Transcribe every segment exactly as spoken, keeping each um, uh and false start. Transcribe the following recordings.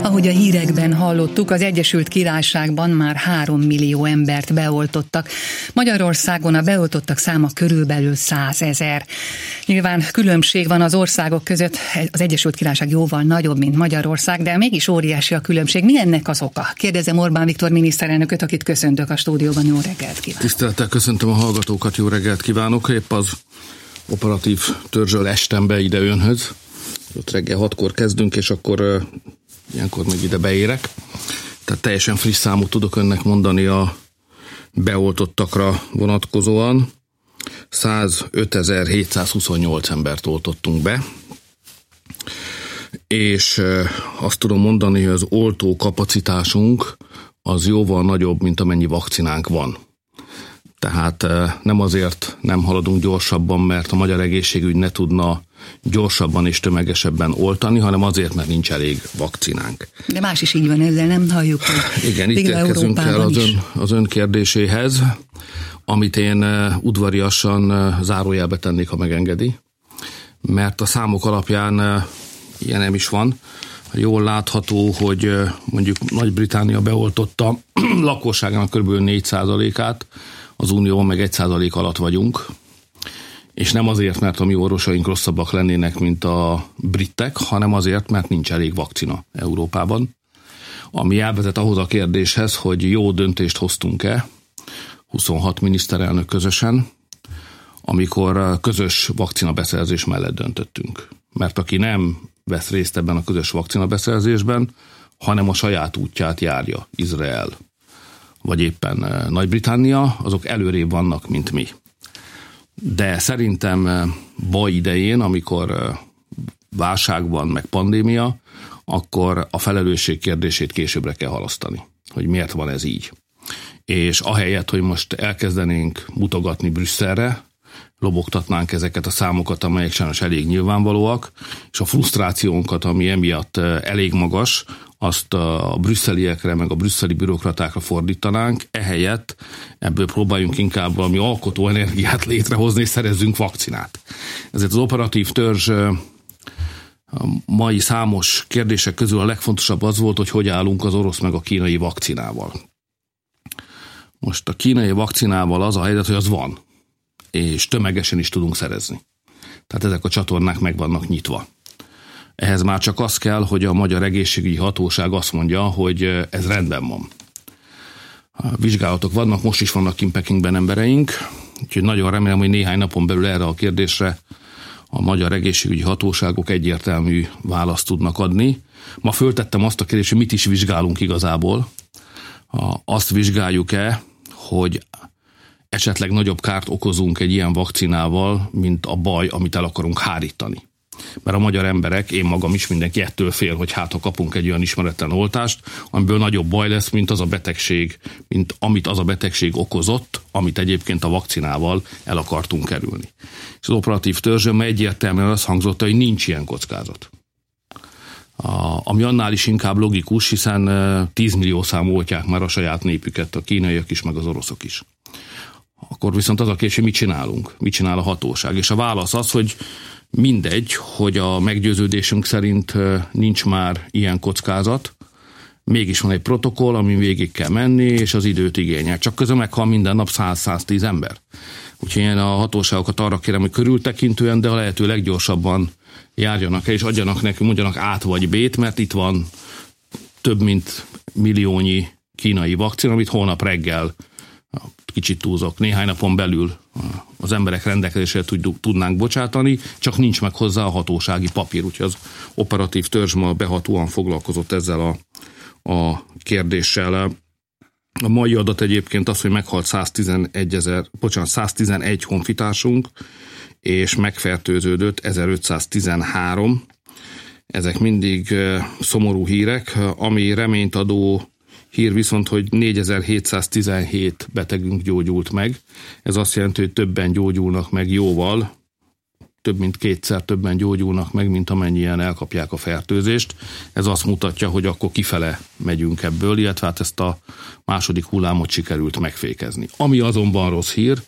Ahogy a hírekben hallottuk, az Egyesült Királyságban már három millió embert beoltottak. Magyarországon a beoltottak száma körülbelül százezer. Nyilván különbség van az országok között, az Egyesült Királyság jóval nagyobb, mint Magyarország, de mégis óriási a különbség. Mi ennek az oka? Kérdezem Orbán Viktor miniszterelnököt, akit köszöntök a stúdióban. Jó reggelt kívánok! Tisztelettel köszöntöm a hallgatókat, jó reggelt kívánok! Épp az operatív törzsről estem be ide önhöz. Ott reggel hatkor kezdünk, és akkor ilyenkor még ide beérek. Tehát teljesen friss számot tudok önnek mondani a beoltottakra vonatkozóan. százötezer-hétszázhuszonnyolc embert oltottunk be, és azt tudom mondani, hogy az oltó kapacitásunk az jóval nagyobb, mint amennyi vakcinánk van. Tehát nem azért nem haladunk gyorsabban, mert a magyar egészségügy ne tudna gyorsabban és tömegesebben oltani, hanem azért, mert nincs elég vakcinánk. De más is így van ezzel, nem halljuk, hogy igen, itt érkezünk el az ön, az ön kérdéséhez, amit én udvariasan zárójelbe tennék, ha megengedi, mert a számok alapján ilyen nem is van. Jól látható, hogy mondjuk Nagy-Britannia beoltotta lakosságának kb. négy százalékát, az Unióban meg egy százalék alatt vagyunk, és nem azért, mert a mi orvosaink rosszabbak lennének, mint a britek, hanem azért, mert nincs elég vakcina Európában. Ami elvezet ahhoz a kérdéshez, hogy jó döntést hoztunk-e, huszonhat miniszterelnök közösen, amikor közös vakcinabeszerzés mellett döntöttünk. Mert aki nem vesz részt ebben a közös vakcinabeszerzésben, hanem a saját útját járja, Izrael vagy éppen Nagy-Britannia, azok előrébb vannak, mint mi. De szerintem baj idején, amikor válság van, meg pandémia, akkor a felelősség kérdését későbbre kell halasztani, hogy miért van ez így. És ahelyett, hogy most elkezdenénk mutogatni Brüsszelre, lobogtatnánk ezeket a számokat, amelyek sajnos elég nyilvánvalóak, és a frusztrációnkat, ami emiatt elég magas, azt a brüsszeliekre, meg a brüsszeli bürokratákra fordítanánk, ehelyett ebből próbáljunk inkább valami alkotó energiát létrehozni, és szerezzünk vakcinát. Ezért az operatív törzs a mai számos kérdések közül a legfontosabb az volt, hogy hogy állunk az orosz meg a kínai vakcinával. Most a kínai vakcinával az a helyzet, hogy az van, és tömegesen is tudunk szerezni. Tehát ezek a csatornák meg vannak nyitva. Ehhez már csak az kell, hogy a Magyar Egészségügyi Hatóság azt mondja, hogy ez rendben van. A vizsgálatok vannak, most is vannak kint Pekingben embereink, úgyhogy nagyon remélem, hogy néhány napon belül erre a kérdésre a Magyar Egészségügyi Hatóságok egyértelmű választ tudnak adni. Ma föltettem azt a kérdést, hogy mit is vizsgálunk igazából. Azt vizsgáljuk-e, hogy esetleg nagyobb kárt okozunk egy ilyen vakcinával, mint a baj, amit el akarunk hárítani. Mert a magyar emberek, én magam is, mindenki ettől fél, hogy hát ha kapunk egy olyan ismeretlen oltást, amiből nagyobb baj lesz, mint az a betegség, mint amit az a betegség okozott, amit egyébként a vakcinával el akartunk kerülni. És az operatív törzsön egyértelműen azt hangzott, hogy nincs ilyen kockázat. A, ami annál is inkább logikus, hiszen tíz millió szám oltják már a saját népüket, a kínaiak is, meg az oroszok is. Akkor viszont az a kérdés, hogy mit csinálunk, mit csinál a hatóság. És a válasz az, hogy mindegy, hogy a meggyőződésünk szerint nincs már ilyen kockázat, mégis van egy protokoll, amin végig kell menni, és az időt igényel. Csak közben meghal minden nap száz-száztíz ember. Úgyhogy én a hatóságokat arra kérem, hogy körültekintően, de a lehető leggyorsabban járjanak el, és adjanak nekünk, mondjanak át vagy B-t, mert itt van több mint milliónyi kínai vakcina, amit holnap reggel, kicsit túlzok, néhány napon belül az emberek rendelkezésre tudnánk bocsátani, csak nincs meg hozzá a hatósági papír, úgyhogy az operatív törzs ma behatóan foglalkozott ezzel a, a kérdéssel. A mai adat egyébként az, hogy meghalt száztizenegy ezer, bocsánat, száztizenegy honfitársunk, és megfertőződött ezerötszáztizenhárom. Ezek mindig szomorú hírek, ami reményt adó hír viszont, hogy négyezer-hétszáztizenhét betegünk gyógyult meg. Ez azt jelenti, hogy többen gyógyulnak meg jóval, több mint kétszer többen gyógyulnak meg, mint amennyien elkapják a fertőzést. Ez azt mutatja, hogy akkor kifele megyünk ebből, illetve hát ezt a második hullámot sikerült megfékezni. Ami azonban rossz hír,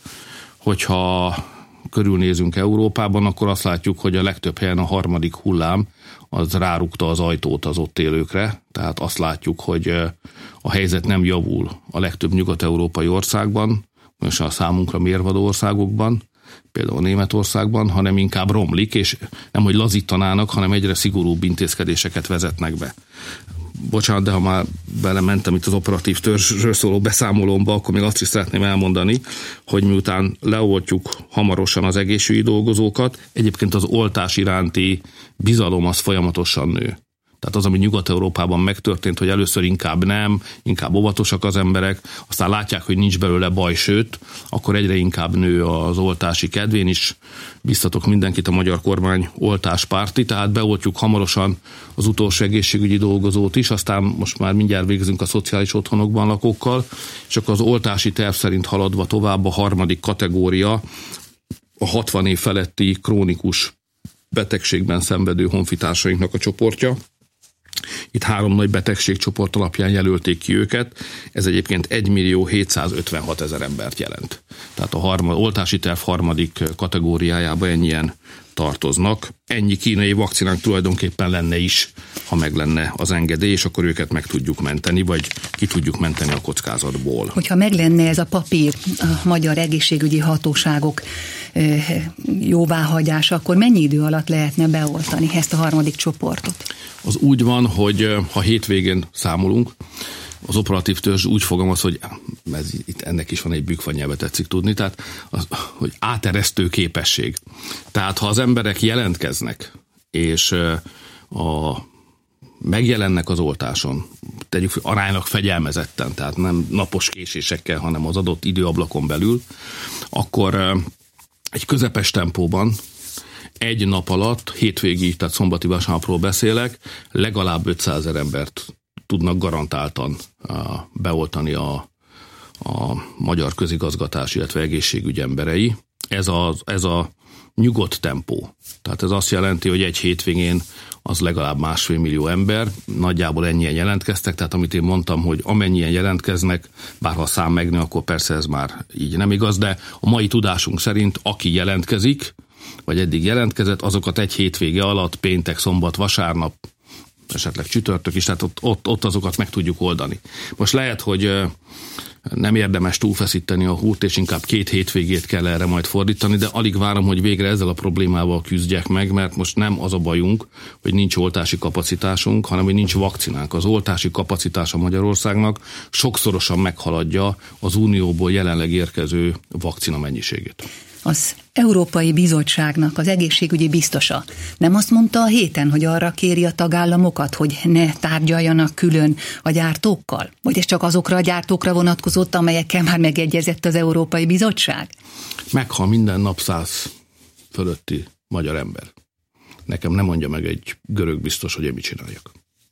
hogyha körülnézünk Európában, akkor azt látjuk, hogy a legtöbb helyen a harmadik hullám az rárúgta az ajtót az ott élőkre, tehát azt látjuk, hogy a helyzet nem javul a legtöbb nyugat-európai országban, most a számunkra mérvadó országokban, például Németországban, hanem inkább romlik, és nem, hogy lazítanának, hanem egyre szigorúbb intézkedéseket vezetnek be. Bocsánat, de ha már belementem itt az operatív törzsről szóló beszámolómba, akkor még azt is szeretném elmondani, hogy miután leoltjuk hamarosan az egészségügyi dolgozókat, egyébként az oltás iránti bizalom az folyamatosan nő. Tehát az, ami Nyugat-Európában megtörtént, hogy először inkább nem, inkább óvatosak az emberek, aztán látják, hogy nincs belőle baj, sőt, akkor egyre inkább nő az oltási kedv. Én is biztatok mindenkit, a magyar kormány oltáspárti, tehát beoltjuk hamarosan az utolsó egészségügyi dolgozót is, aztán most már mindjárt végzünk a szociális otthonokban lakókkal, és akkor az oltási terv szerint haladva tovább a harmadik kategória, a hatvan év feletti krónikus betegségben szenvedő honfitársainknak a csoportja. Itt három nagy betegségcsoport alapján jelölték ki őket, ez egyébként egymillió hétszázötvenhat ezer embert jelent. Tehát a harmad, oltási terv harmadik kategóriájába ennyien tartoznak. Ennyi kínai vakcinánk tulajdonképpen lenne is, ha meg lenne az engedély, és akkor őket meg tudjuk menteni, vagy ki tudjuk menteni a kockázatból. Hogyha meg lenne ez a papír, a magyar egészségügyi hatóságok jóváhagyása, akkor mennyi idő alatt lehetne beoltani ezt a harmadik csoportot? Az úgy van, hogy ha hétvégén számolunk, az operatív törzs úgy fogalmaz, hogy ez, itt ennek is van egy bükkfanyelve, tetszik tudni, tehát az, hogy áteresztő képesség. Tehát ha az emberek jelentkeznek, és a, megjelennek az oltáson, tegyük aránylag fegyelmezetten, tehát nem napos késésekkel, hanem az adott időablakon belül, akkor egy közepes tempóban egy nap alatt, hétvégi, tehát szombati vasárnapról beszélek, legalább ötszázezer embert tudnak garantáltan beoltani a, a magyar közigazgatás, illetve egészségügy emberei. Ez a, ez a nyugodt tempó. Tehát ez azt jelenti, hogy egy hétvégén az legalább másfél millió ember, nagyjából ennyien jelentkeztek, tehát amit én mondtam, hogy amennyien jelentkeznek, bár ha a szám megnő, akkor persze ez már így nem igaz, de a mai tudásunk szerint aki jelentkezik, vagy eddig jelentkezett, azokat egy hétvége alatt, péntek, szombat, vasárnap, esetleg csütörtök is, tehát ott, ott, ott azokat meg tudjuk oldani. Most lehet, hogy nem érdemes túlfeszíteni a húrt, és inkább két hétvégét kell erre majd fordítani, de alig várom, hogy végre ezzel a problémával küzdjek meg, mert most nem az a bajunk, hogy nincs oltási kapacitásunk, hanem hogy nincs vakcinánk. Az oltási kapacitása Magyarországnak sokszorosan meghaladja az Unióból jelenleg érkező vakcina mennyiségét. Az Európai Bizottságnak az egészségügyi biztosa nem azt mondta a héten, hogy arra kéri a tagállamokat, hogy ne tárgyaljanak külön a gyártókkal? Vagy ez csak azokra a gyártókra vonatkozott, amelyekkel már megegyezett az Európai Bizottság? Meghal minden nap száz fölötti magyar ember. Nekem nem mondja meg egy görög biztos, hogy én mit csináljak.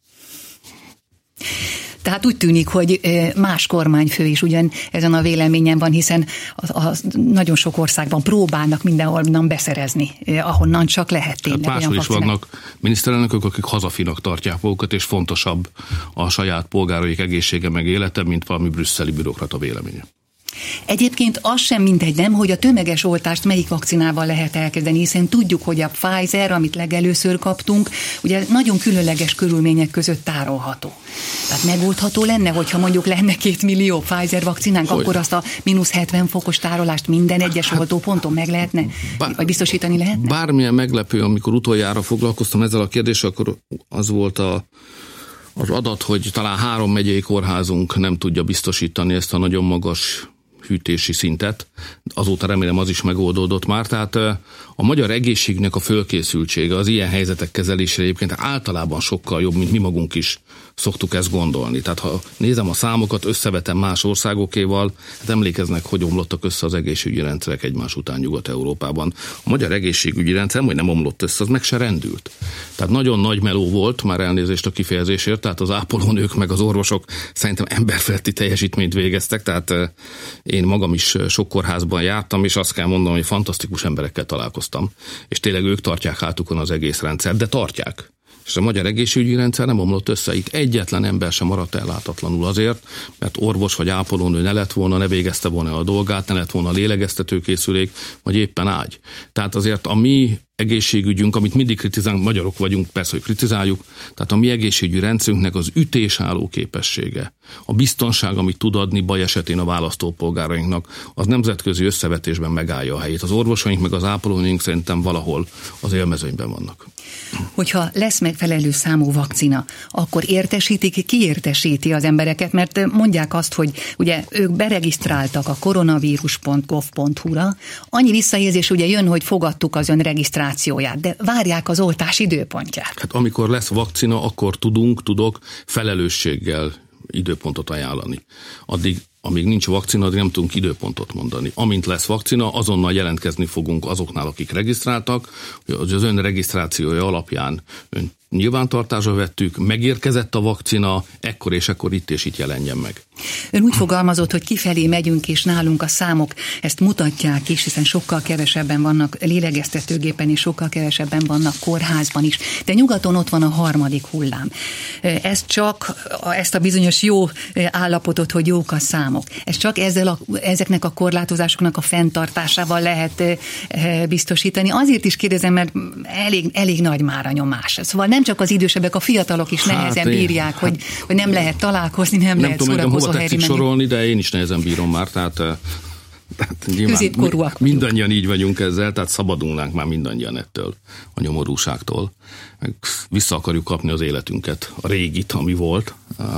Tehát úgy tűnik, hogy más kormányfő is ugyan ezen a véleményen van, hiszen a, a nagyon sok országban próbálnak mindenhol beszerezni, ahonnan csak lehet tényleg. Hát máshol is vannak miniszterelnökök, akik hazafinak tartják magukat, és fontosabb a saját polgáraik egészsége meg élete, mint valami brüsszeli bürokrata véleménye. Egyébként az sem mindegy, nem, hogy a tömeges oltást melyik vakcinával lehet elkezdeni, hiszen tudjuk, hogy a Pfizer, amit legelőször kaptunk, ugye nagyon különleges körülmények között tárolható. Tehát megoldható lenne, hogyha mondjuk lenne két millió Pfizer vakcinánk, hogy? Akkor azt a mínusz hetven fokos tárolást minden egyes hát, oltóponton meg lehetne, bár, vagy biztosítani lehetne? Bármilyen meglepő, amikor utoljára foglalkoztam ezzel a kérdéssel, akkor az volt a az adat, hogy talán három megyei kórházunk nem tudja biztosítani ezt a nagyon magas hűtési szintet. Azóta remélem az is megoldódott már. Tehát a magyar egészségnek a fölkészültsége az ilyen helyzetek kezelésére egyébként általában sokkal jobb, mint mi magunk is szoktuk ezt gondolni. Tehát ha nézem a számokat, összevetem más országokéval, hát emlékeznek, hogy omlottak össze az egészségügyi rendszerek egymás után Nyugat-Európában. A magyar egészségügyi rendszer, hogy nem omlott össze, az meg se rendült. Tehát nagyon nagy meló volt, már elnézést a kifejezésért, tehát az ápolónők meg az orvosok szerintem emberfeletti teljesítményt végeztek, tehát én magam is sok kórházban jártam, és azt kell mondanom, hogy fantasztikus emberekkel találkoztam, és tényleg ők tartják hátukon az egész rendszer, de tartják. És a magyar egészségügyi rendszer nem omlott össze, itt egyetlen ember sem maradt ellátatlanul azért, mert orvos vagy ápolónő ne lett volna, ne végezte volna a dolgát, ne lett volna lélegeztetőkészülék, vagy éppen ágy. Tehát azért a mi egészségügyünk, amit mindig kritizálunk, magyarok vagyunk, persze, hogy kritizáljuk, tehát a mi egészségügyi rendszerünknek az ütésálló képessége, a biztonság, amit tud adni baj esetén a választópolgárainknak, az nemzetközi összevetésben megállja a helyét. Az orvosaink meg az ápolóink szerintem valahol az élmezőnyben vannak. Hogyha lesz megfelelő számú vakcina, akkor értesítik, ki értesíti az embereket, mert mondják azt, hogy ugye ők beregisztráltak a koronavírus pont gov pont hu-ra, annyi visszajelzés ugye jön, hogy fogadtuk az ön regisztrációját, de várják az oltás időpontját. Hát amikor lesz vakcina, akkor tudunk, tudok felelősséggel időpontot ajánlani. Addig, amíg nincs vakcina, addig nem tudunk időpontot mondani. Amint lesz vakcina, azonnal jelentkezni fogunk azoknál, akik regisztráltak, hogy az ön regisztrációja alapján ön nyilvántartásra vettük, megérkezett a vakcina, ekkor és ekkor itt és itt jelenjen meg. Ön úgy fogalmazott, hogy kifelé megyünk, és nálunk a számok ezt mutatják is, hiszen sokkal kevesebben vannak lélegeztetőgépen, és sokkal kevesebben vannak kórházban is. De nyugaton ott van a harmadik hullám. Ez csak, ezt a bizonyos jó állapotot, hogy jók a számok. Ez csak ezzel a, ezeknek a korlátozásoknak a fenntartásával lehet biztosítani. Azért is kérdezem, mert elég, elég nagy már a nyomás. Szóval nem csak az idősebbek, a fiatalok is nehezen hát, bírják, hát, hogy, hogy nem lehet találkozni, nem, nem lehet tudom, szórakozó helyre menni. Sorolni, de én is nehezen bírom már, tehát, tehát középkorúak mi, mindannyian így vagyunk ezzel, tehát szabadulnánk már mindannyian ettől a nyomorúságtól. Vissza akarjuk kapni az életünket, a régit, ami volt.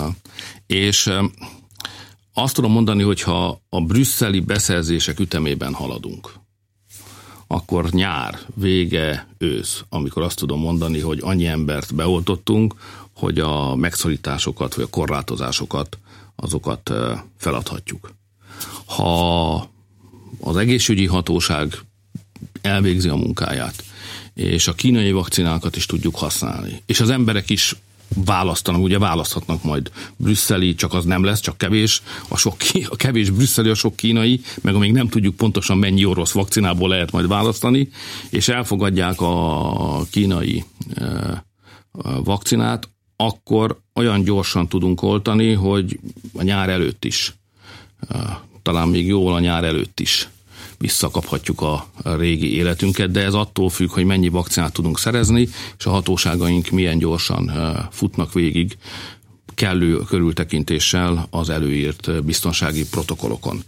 És azt tudom mondani, hogy ha a brüsszeli beszerzések ütemében haladunk, akkor nyár, vége, ősz, amikor azt tudom mondani, hogy annyi embert beoltottunk, hogy a megszorításokat, vagy a korlátozásokat, azokat feladhatjuk. Ha az egészségügyi hatóság elvégzi a munkáját, és a kínai vakcinákat is tudjuk használni, és az emberek is választanak, ugye választhatnak majd brüsszeli, csak az nem lesz, csak kevés, a, sok, a kevés brüsszeli, a sok kínai, meg amíg nem tudjuk pontosan mennyi orosz vakcinából lehet majd választani, és elfogadják a kínai e, vakcinát, akkor olyan gyorsan tudunk oltani, hogy a nyár előtt is, e, talán még jóval a nyár előtt is visszakaphatjuk a régi életünket, de ez attól függ, hogy mennyi vakcinát tudunk szerezni, és a hatóságaink milyen gyorsan futnak végig kellő körültekintéssel az előírt biztonsági protokollokon.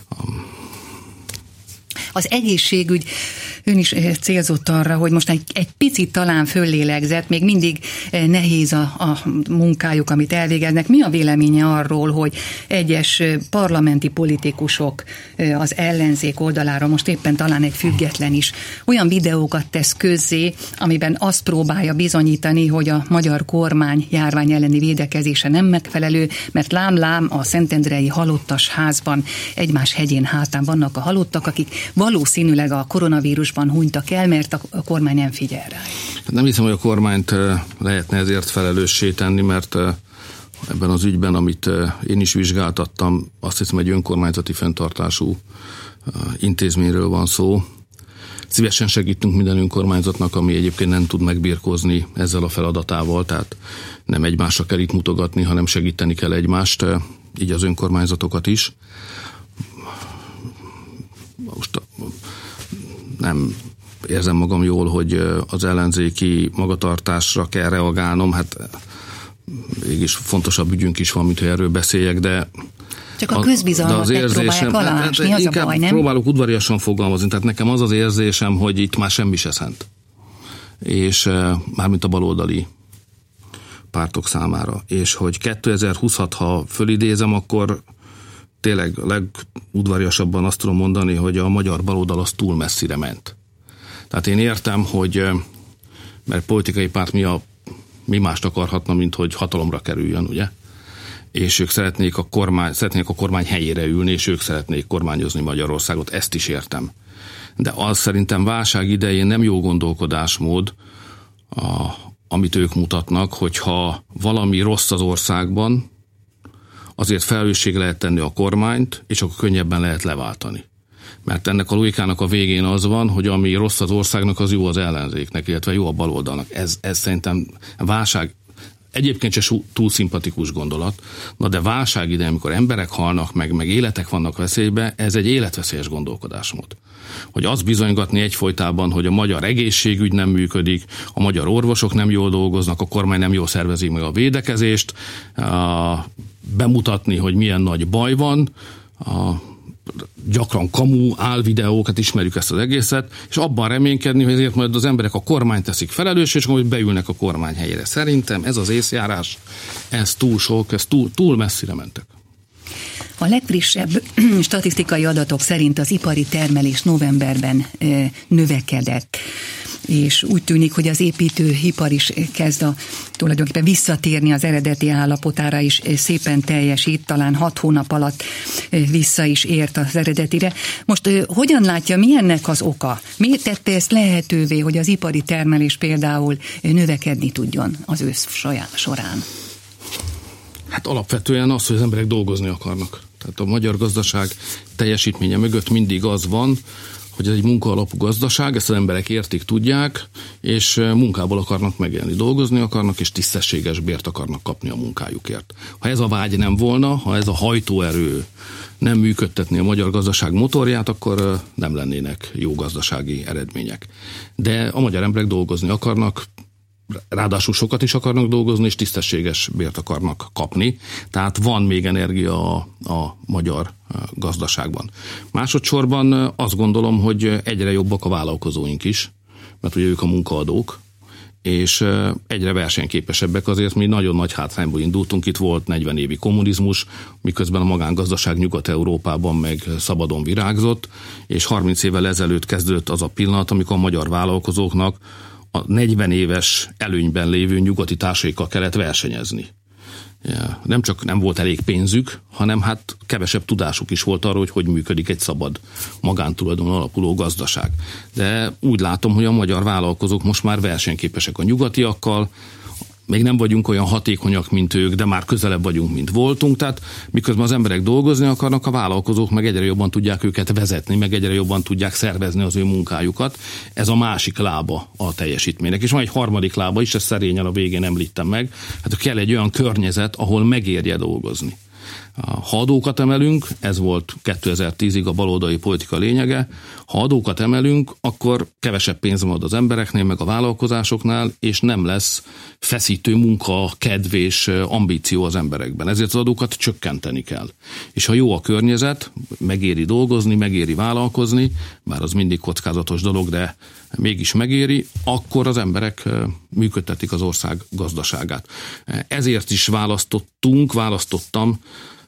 Az egészségügy, ön is célzott arra, hogy most egy, egy picit talán föllélegzett, még mindig nehéz a, a munkájuk, amit elvégeznek. Mi a véleménye arról, hogy egyes parlamenti politikusok az ellenzék oldalára, most éppen talán egy független is, olyan videókat tesz közzé, amiben azt próbálja bizonyítani, hogy a magyar kormány járvány elleni védekezése nem megfelelő, mert lám-lám a Szentendrei halottas házban egymás hegyén hátán vannak a halottak, akik valószínűleg a koronavírusban hunytak el, mert a kormány nem figyel rá. Nem hiszem, hogy a kormányt lehetne ezért felelőssé tenni, mert ebben az ügyben, amit én is vizsgáltattam, azt hiszem egy önkormányzati fenntartású intézményről van szó. Szívesen segítünk minden önkormányzatnak, ami egyébként nem tud megbirkózni ezzel a feladatával, tehát nem egymásra kell itt mutogatni, hanem segíteni kell egymást, így az önkormányzatokat is. Most nem érzem magam jól, hogy az ellenzéki magatartásra kell reagálnom, hát mégis fontosabb ügyünk is van, mint hogy erről beszéljek, de csak a közbizalmat megpróbálják alásni, az a baj, nem? Próbálok udvariasan fogalmazni, tehát nekem az az érzésem, hogy itt már semmi se szent. És mármint a baloldali pártok számára. És hogy kétezer-huszonhat, ha fölidézem, akkor tényleg legudvariasabban azt tudom mondani, hogy a magyar baloldal az túl messzire ment. Tehát én értem, hogy mert politikai párt mi, a, mi mást akarhatna, mint hogy hatalomra kerüljön, ugye? És ők szeretnék a kormány, szeretnék a kormány helyére ülni, és ők szeretnék kormányozni Magyarországot, ezt is értem. De az szerintem válság idején nem jó gondolkodásmód, a, amit ők mutatnak, hogyha valami rossz az országban, azért felelősség lehet tenni a kormányt, és akkor könnyebben lehet leváltani. Mert ennek a logikának a végén az van, hogy ami rossz az országnak, az jó az ellenzéknek, illetve jó a baloldalnak. Ez, ez szerintem válság egyébként se túl szimpatikus gondolat, na de válság ide, amikor emberek halnak meg, meg életek vannak veszélybe, ez egy életveszélyes gondolkodásmód. Hogy azt bizonygatni egyfolytában, hogy a magyar egészségügy nem működik, a magyar orvosok nem jól dolgoznak, a kormány nem jól szervezi meg a védekezést, bemutatni, hogy milyen nagy baj van, a gyakran kamu, álvideókat, ismerjük ezt az egészet, és abban reménykedni, hogy ezért majd az emberek a kormányt teszik felelős, és hogy beülnek a kormány helyére. Szerintem ez az észjárás, ez túl sok, ez túl, túl messzire mentek. A legfrissebb statisztikai adatok szerint az ipari termelés novemberben növekedett, és úgy tűnik, hogy az építőipar is kezd a, tulajdonképpen visszatérni az eredeti állapotára is, szépen teljesít, talán hat hónap alatt vissza is ért az eredetire. Most hogyan látja, mi ennek az oka? Miért tette ezt lehetővé, hogy az ipari termelés például növekedni tudjon az ősz során? Hát alapvetően az, hogy az emberek dolgozni akarnak. Tehát a magyar gazdaság teljesítménye mögött mindig az van, hogy ez egy munkaalapú gazdaság, ezt az emberek értik, tudják, és munkából akarnak megélni, dolgozni akarnak, és tisztességes bért akarnak kapni a munkájukért. Ha ez a vágy nem volna, ha ez a hajtóerő nem működtetné a magyar gazdaság motorját, akkor nem lennének jó gazdasági eredmények. De a magyar emberek dolgozni akarnak, ráadásul sokat is akarnak dolgozni, és tisztességes bért akarnak kapni. Tehát van még energia a, a magyar gazdaságban. Másodszorban azt gondolom, hogy egyre jobbak a vállalkozóink is, mert ugye ők a munkaadók, és egyre versenyképesebbek, azért mi nagyon nagy hátrányból indultunk, itt volt negyven évi kommunizmus, miközben a magángazdaság Nyugat-Európában meg szabadon virágzott, és harminc évvel ezelőtt kezdődött az a pillanat, amikor a magyar vállalkozóknak a negyven éves előnyben lévő nyugati társaikkal kellett versenyezni. Ja, nem csak nem volt elég pénzük, hanem hát kevesebb tudásuk is volt arról, hogy hogy működik egy szabad magántulajdon alapuló gazdaság. De úgy látom, hogy a magyar vállalkozók most már versenyképesek a nyugatiakkal, még nem vagyunk olyan hatékonyak, mint ők, de már közelebb vagyunk, mint voltunk, tehát miközben az emberek dolgozni akarnak, a vállalkozók meg egyre jobban tudják őket vezetni, meg egyre jobban tudják szervezni az ő munkájukat. Ez a másik lába a teljesítménynek. És van egy harmadik lába is, ezt szerényen a végén említem meg, hát kell egy olyan környezet, ahol megérje dolgozni. Ha adókat emelünk, ez volt kétezer-tízig a baloldali politika lényege, ha adókat emelünk, akkor kevesebb pénz marad az embereknél, meg a vállalkozásoknál, és nem lesz feszítő munka, kedv és ambíció az emberekben. Ezért az adókat csökkenteni kell. És ha jó a környezet, megéri dolgozni, megéri vállalkozni, bár az mindig kockázatos dolog, de mégis megéri, akkor az emberek működtetik az ország gazdaságát. Ezért is választottunk, választottam,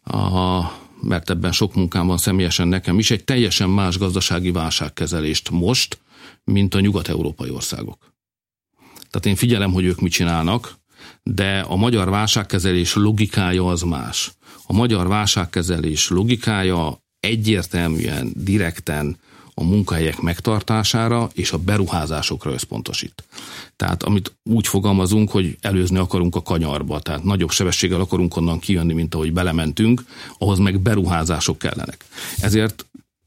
a, mert ebben sok munkám van személyesen nekem is, egy teljesen más gazdasági válságkezelést most, mint a nyugat-európai országok. Tehát én figyelem, hogy ők mit csinálnak, de a magyar válságkezelés logikája az más. A magyar válságkezelés logikája egyértelműen, direkten a munkahelyek megtartására és a beruházásokra összpontosít. Tehát amit úgy fogalmazunk, hogy előzni akarunk a kanyarba, tehát nagyobb sebességgel akarunk onnan kijönni, mint ahogy belementünk, ahhoz meg beruházások kellenek. Ezért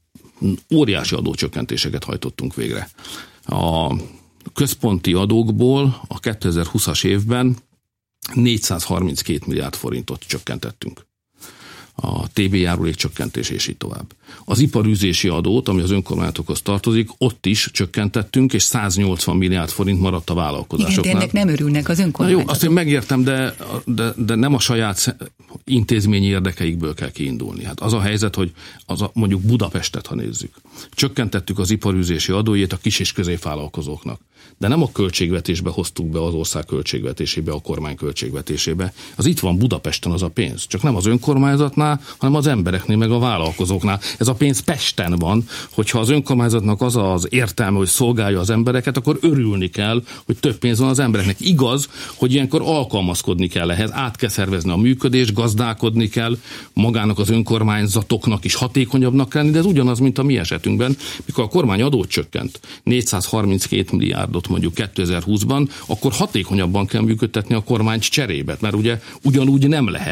óriási adócsökkentéseket hajtottunk végre. A központi adókból a kétezer-húszas évben négyszázharminckét milliárd forintot csökkentettünk. A té bé járulék csökkentés és így tovább. Az iparűzési adót, ami az önkormányzatokhoz tartozik, ott is csökkentettünk, és száznyolcvan milliárd forint maradt a vállalkozásoknál. Igen, de ennek nem örülnek az önkormányzatok. Jó, azt én megértem, de, de, de nem a saját intézményi érdekeikből kell kiindulni. Hát az a helyzet, hogy az a, mondjuk Budapestet, ha nézzük. Csökkentettük az iparűzési adójét a kis és középvállalkozóknak. De nem a költségvetésbe hoztuk be, az ország költségvetésébe, a kormány költségvetésébe. Az itt van Budapesten az a pénz. Csak nem az önkormányzatnál, hanem az embereknél, meg a vállalkozóknál. Ez a pénz Pesten van, hogyha az önkormányzatnak az az értelme, hogy szolgálja az embereket, akkor örülni kell, hogy több pénz van az embereknek. Igaz, hogy ilyenkor alkalmazkodni kell ehhez, át kell szervezni a működést, gazdálkodni kell, magának az önkormányzatoknak is hatékonyabbnak lenni, de ez ugyanaz, mint a mi esetünkben, mikor a kormány adót csökkent négyszázharminckét milliárdot mondjuk kétezer-húszban, akkor hatékonyabban kell működtetni a kormányt cserébe, mert ugye ugyanúgy nem lehet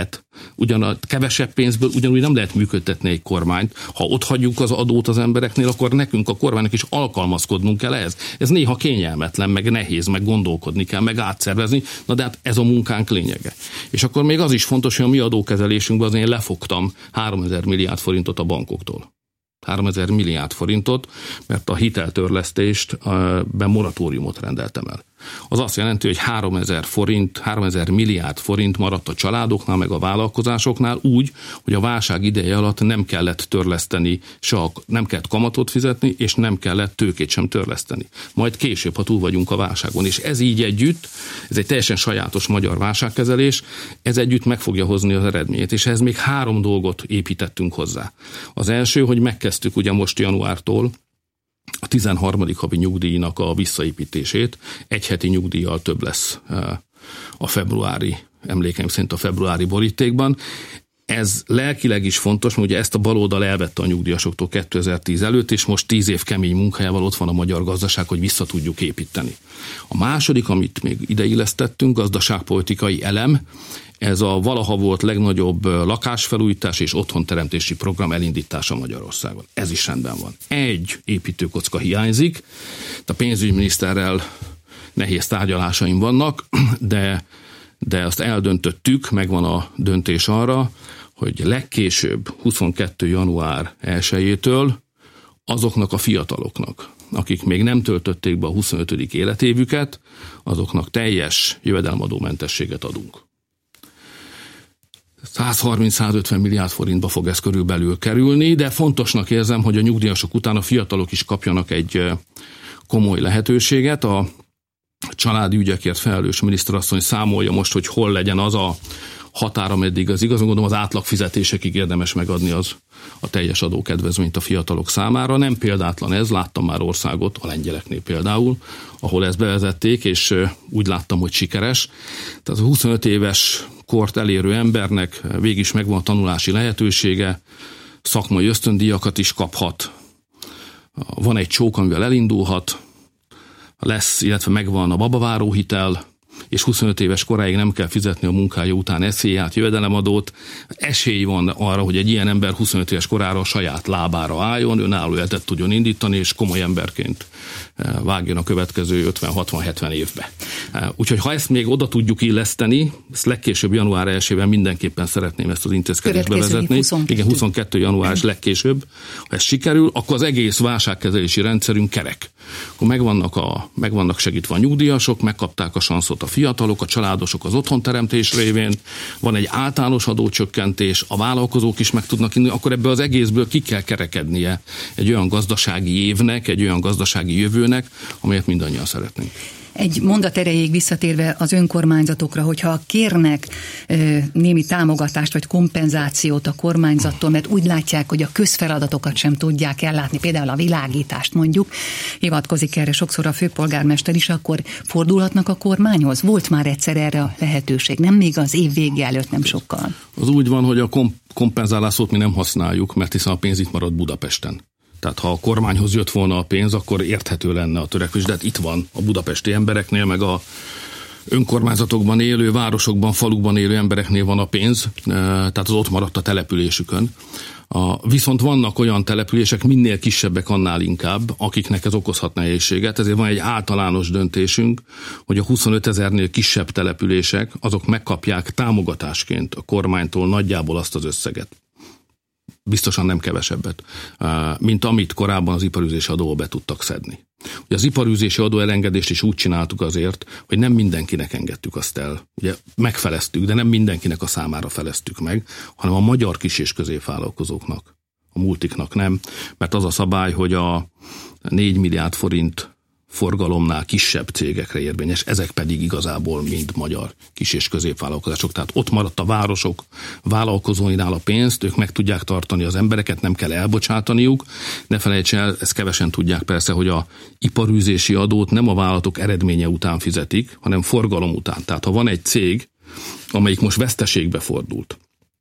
ugyan a kevesebb pénzből ugyanúgy nem lehet működtetni egy kormányt. Ha ott hagyjuk az adót az embereknél, akkor nekünk, a kormánynak is alkalmazkodnunk kell ehhez. Ez néha kényelmetlen, meg nehéz, meg gondolkodni kell, meg átszervezni, na de hát ez a munkánk lényege. És akkor még az is fontos, hogy a mi adókezelésünkben azért én lefogtam háromezer milliárd forintot a bankoktól. háromezer milliárd forintot, mert a hiteltörlesztést be moratóriumot rendeltem el. Az azt jelenti, hogy háromezer forint, háromezer milliárd forint maradt a családoknál, meg a vállalkozásoknál úgy, hogy a válság ideje alatt nem kellett törleszteni, se a, nem kellett kamatot fizetni, és nem kellett tőkét sem törleszteni. Majd később, ha túl vagyunk a válságon. És ez így együtt, ez egy teljesen sajátos magyar válságkezelés, ez együtt meg fogja hozni az eredményét. És ehhez még három dolgot építettünk hozzá. Az első, hogy megkezdtük ugye most januártól a tizenharmadik havi nyugdíjnak a visszaépítését, egy heti nyugdíjjal több lesz a februári, emlékeim szerint a februári borítékban. Ez lelkileg is fontos, mert ugye ezt a baloldal elvette a nyugdíjasoktól kétezer-tíz előtt, és most tíz év kemény munkájával ott van a magyar gazdaság, hogy vissza tudjuk építeni. A második, amit még ideillesztettünk, gazdaságpolitikai elem, ez a valaha volt legnagyobb lakásfelújítás és otthonteremtési program elindítása Magyarországon. Ez is rendben van. Egy építőkocka hiányzik, a pénzügyminiszterrel nehéz tárgyalásaim vannak, de, de azt eldöntöttük, megvan a döntés arra, hogy legkésőbb huszonkettő január elsejétől azoknak a fiataloknak, akik még nem töltötték be a huszonötödik életévüket, azoknak teljes jövedelemadómentességet adunk. százharminc-százötven milliárd forintba fog ez körülbelül kerülni, de fontosnak érzem, hogy a nyugdíjasok után a fiatalok is kapjanak egy komoly lehetőséget. A családi ügyekért felelős miniszterasszony számolja most, hogy hol legyen az a határ, ameddig az igaz. Gondolom az átlagfizetésekig érdemes megadni az a teljes adókedvezményt a fiatalok számára. Nem példátlan ez, láttam már országot, a lengyeleknél például, ahol ezt bevezették, és úgy láttam, hogy sikeres. Tehát a huszonöt éves kort elérő embernek végig is megvan a tanulási lehetősége, szakmai ösztöndíjakat is kaphat, van egy csók, amivel elindulhat, lesz, illetve megvan a babaváró hitel, és huszonöt éves koráig nem kell fizetni a munkája után eszélyát, jövedelemadót. Esély van arra, hogy egy ilyen ember huszonöt éves korára a saját lábára álljon, önálló életet tudjon indítani, és komoly emberként vágjon a következő ötven-hatvan-hetven évbe. Úgyhogy ha ezt még oda tudjuk illeszteni, ezt legkésőbb január elsejében mindenképpen szeretném ezt az intézkedést bevezetni. huszonkettő. Igen, huszonkettő január legkésőbb. Ha ez sikerül, akkor az egész válságkezelési rendszerünk kerek. Akkor megvannak, a, megvannak segítve a nyugdíjasok, megkapták a sanszot a fiatalok, a családosok az otthonteremtés révén, van egy általános adócsökkentés, a vállalkozók is meg tudnak inni, akkor ebből az egészből ki kell kerekednie egy olyan gazdasági évnek, egy olyan gazdasági jövőnek, amelyet mindannyian szeretnénk. Egy mondat erejéig visszatérve az önkormányzatokra, hogyha kérnek e, némi támogatást vagy kompenzációt a kormányzattól, mert úgy látják, hogy a közfeladatokat sem tudják ellátni, például a világítást mondjuk, hivatkozik erre sokszor a főpolgármester is, akkor fordulhatnak a kormányhoz? Volt már egyszer erre a lehetőség, nem még az év vége előtt, nem sokkal. Az úgy van, hogy a kom- kompenzálást mi nem használjuk, mert hiszen a pénz itt marad Budapesten. Tehát ha a kormányhoz jött volna a pénz, akkor érthető lenne a törekvés, de hát itt van a budapesti embereknél, meg a önkormányzatokban élő, városokban, falukban élő embereknél van a pénz, tehát az ott maradt a településükön. A, viszont vannak olyan települések, minél kisebbek, annál inkább, akiknek ez okozhat nehézséget, ezért van egy általános döntésünk, hogy a huszonöt ezernél kisebb települések, azok megkapják támogatásként a kormánytól nagyjából azt az összeget. Biztosan nem kevesebbet, mint amit korábban az iparűzési adóval be tudtak szedni. Ugye az iparűzési adó elengedést is úgy csináltuk azért, hogy nem mindenkinek engedtük azt el. Ugye megfeleztük, de nem mindenkinek a számára feleztük meg, hanem a magyar kis- és középvállalkozóknak, a multiknak nem, mert az a szabály, hogy a négy milliárd forint forgalomnál kisebb cégekre érvényes, ezek pedig igazából mind magyar kis- és középvállalkozások. Tehát ott maradt a városok vállalkozóinál a pénzt, ők meg tudják tartani az embereket, nem kell elbocsátaniuk. Ne felejts el, ezt kevesen tudják persze, hogy a iparűzési adót nem a vállalatok eredménye után fizetik, hanem forgalom után. Tehát ha van egy cég, amelyik most veszteségbe fordult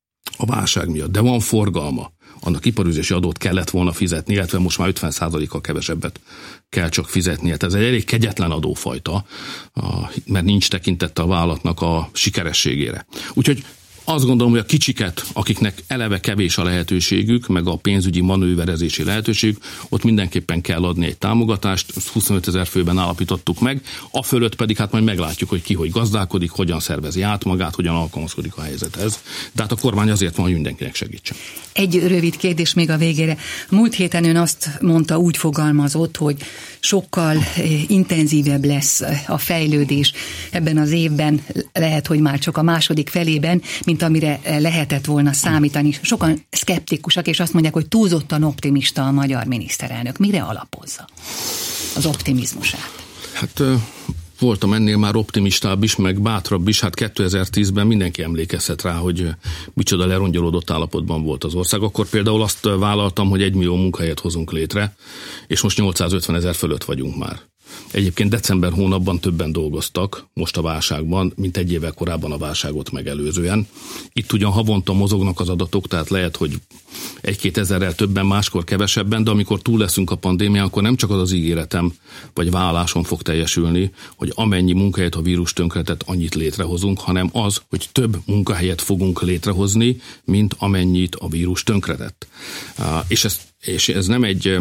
a válság miatt, de van forgalma, annak iparűzési adót kellett volna fizetni, illetve most már ötven százalékkal kevesebbet kell csak fizetni. Hát ez egy elég kegyetlen adófajta, mert nincs tekintette a vállalatnak a sikerességére. Úgyhogy azt gondolom, hogy a kicsiket, akiknek eleve kevés a lehetőségük, meg a pénzügyi manőverezési lehetőség, ott mindenképpen kell adni egy támogatást, huszonöt ezer főben állapítottuk meg, a fölött pedig hát majd meglátjuk, hogy ki hogy gazdálkodik, hogyan szervezi át magát, hogyan alkalmazkodik a helyzethez. De hát a kormány azért van, hogy mindenkinek segítsen. Egy rövid kérdés még a végére. Múlt héten ön azt mondta, úgy fogalmazott, hogy sokkal intenzívebb lesz a fejlődés ebben az évben, lehet, hogy már csak a második felében, mint amire lehetett volna számítani. Sokan szkeptikusak, és azt mondják, hogy túlzottan optimista a magyar miniszterelnök. Mire alapozza az optimizmusát? Hát voltam ennél már optimistább is, meg bátrabb is. Hát kétezer-tízben mindenki emlékezhet rá, hogy micsoda lerongyolódott állapotban volt az ország. Akkor például azt vállaltam, hogy egy millió munkahelyet hozunk létre, és most nyolcszázötven ezer fölött vagyunk már. Egyébként december hónapban többen dolgoztak most a válságban, mint egy évvel korábban a válságot megelőzően. Itt ugyan havonta mozognak az adatok, tehát lehet, hogy egy-két ezerrel többen, máskor kevesebben, de amikor túl leszünk a pandémián, akkor nem csak az az ígéretem, vagy vállalásom fog teljesülni, hogy amennyi munkahelyet a vírus tönkretett, annyit létrehozunk, hanem az, hogy több munkahelyet fogunk létrehozni, mint amennyit a vírus tönkretett. És ez, és ez nem egy...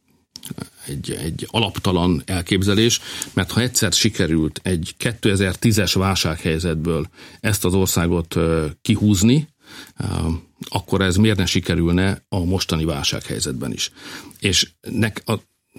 Egy, egy alaptalan elképzelés, mert ha egyszer sikerült egy kétezer-tízes válsághelyzetből ezt az országot kihúzni, akkor ez miért ne sikerülne a mostani válsághelyzetben is. És nek a,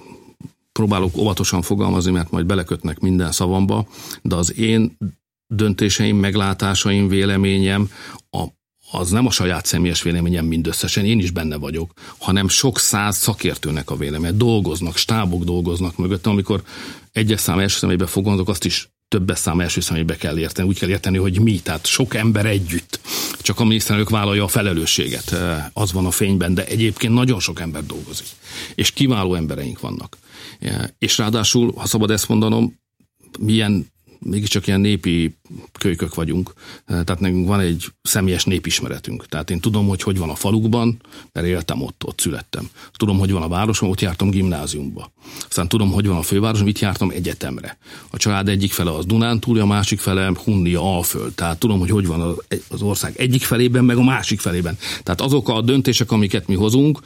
próbálok óvatosan fogalmazni, mert majd belekötnek minden szavamba, de az én döntéseim, meglátásaim, véleményem a az nem a saját személyes véleményem mindösszesen, én is benne vagyok, hanem sok száz szakértőnek a véleménye. Dolgoznak, stábok dolgoznak mögöttem, amikor egyes szám első személybe fogalmazok, azt is többes szám első személybe kell érteni. Úgy kell érteni, hogy mi, tehát sok ember együtt. Csak a miniszterelnök vállalja a felelősséget, az van a fényben, de egyébként nagyon sok ember dolgozik. És kiváló embereink vannak. És ráadásul, ha szabad ezt mondanom, milyen mégiscsak ilyen népi kölykök vagyunk, tehát nekünk van egy személyes népismeretünk. Tehát én tudom, hogy hogy van a falukban, mert éltem ott, ott születtem. Tudom, hogy van a városon, ott jártam gimnáziumba. Aztán tudom, hogy van a fővároson, itt jártam egyetemre. A család egyik fele az Dunántúli, a másik fele Hunnia, Alföld. Tehát tudom, hogy hogy van az ország egyik felében, meg a másik felében. Tehát azok a döntések, amiket mi hozunk,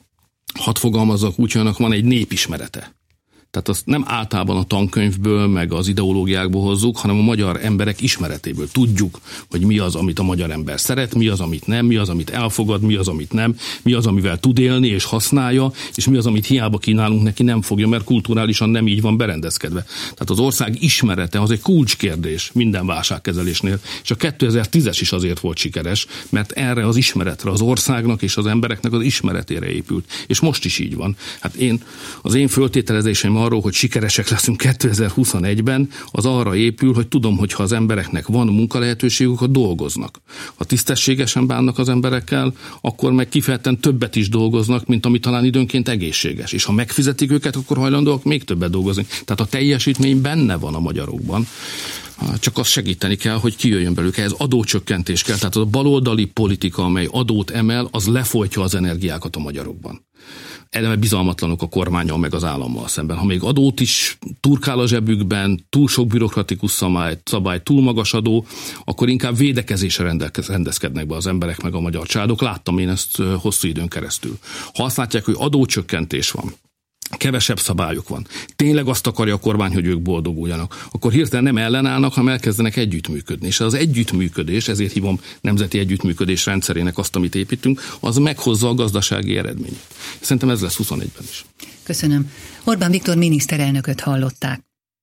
hadd fogalmazzak úgy, hogy annak van egy népismerete. Tehát azt nem általában a tankönyvből, meg az ideológiákból hozzuk, hanem a magyar emberek ismeretéből. Tudjuk, hogy mi az, amit a magyar ember szeret, mi az, amit nem, mi az, amit elfogad, mi az, amit nem, mi az, amivel tud élni és használja, és mi az, amit hiába kínálunk neki, nem fogja, mert kulturálisan nem így van berendezkedve. Tehát az ország ismerete az egy kulcskérdés minden válságkezelésnél, és a kétezer-tízes is azért volt sikeres, mert erre az ismeretre, az országnak és az embereknek az ismeretére épült. És most is így van. Hát én, az én föltételezéseim arról, hogy sikeresek leszünk kétezer-huszonegyben, az arra épül, hogy tudom, hogy ha az embereknek van munkalehetőségük, akkor dolgoznak. Ha tisztességesen bánnak az emberekkel, akkor meg kifejezetten többet is dolgoznak, mint ami talán időnként egészséges. És ha megfizetik őket, akkor hajlandóak még többet dolgozni. Tehát a teljesítmény benne van a magyarokban. Csak azt segíteni kell, hogy kijöjjön belőle. Ez adócsökkentés kell. Tehát az a baloldali politika, amely adót emel, az lefolytja az energiákat a magyarokban. Eleve bizalmatlanok a kormánnyal meg az állammal szemben. Ha még adót is turkál a zsebükben, túl sok bürokratikus szabály, szabály, túl magas adó, akkor inkább védekezésre rendezkednek be az emberek meg a magyar családok. Láttam én ezt hosszú időn keresztül. Ha azt látják, hogy adócsökkentés van, kevesebb szabályok van, tényleg azt akarja a kormány, hogy ők boldoguljanak, akkor hirtelen nem ellenállnak, hanem elkezdenek együttműködni. És az együttműködés, ezért hívom nemzeti együttműködés rendszerének azt, amit építünk, az meghozza a gazdasági eredményt. Szerintem ez lesz huszonegyben is. Köszönöm. Orbán Viktor miniszterelnököt hallották.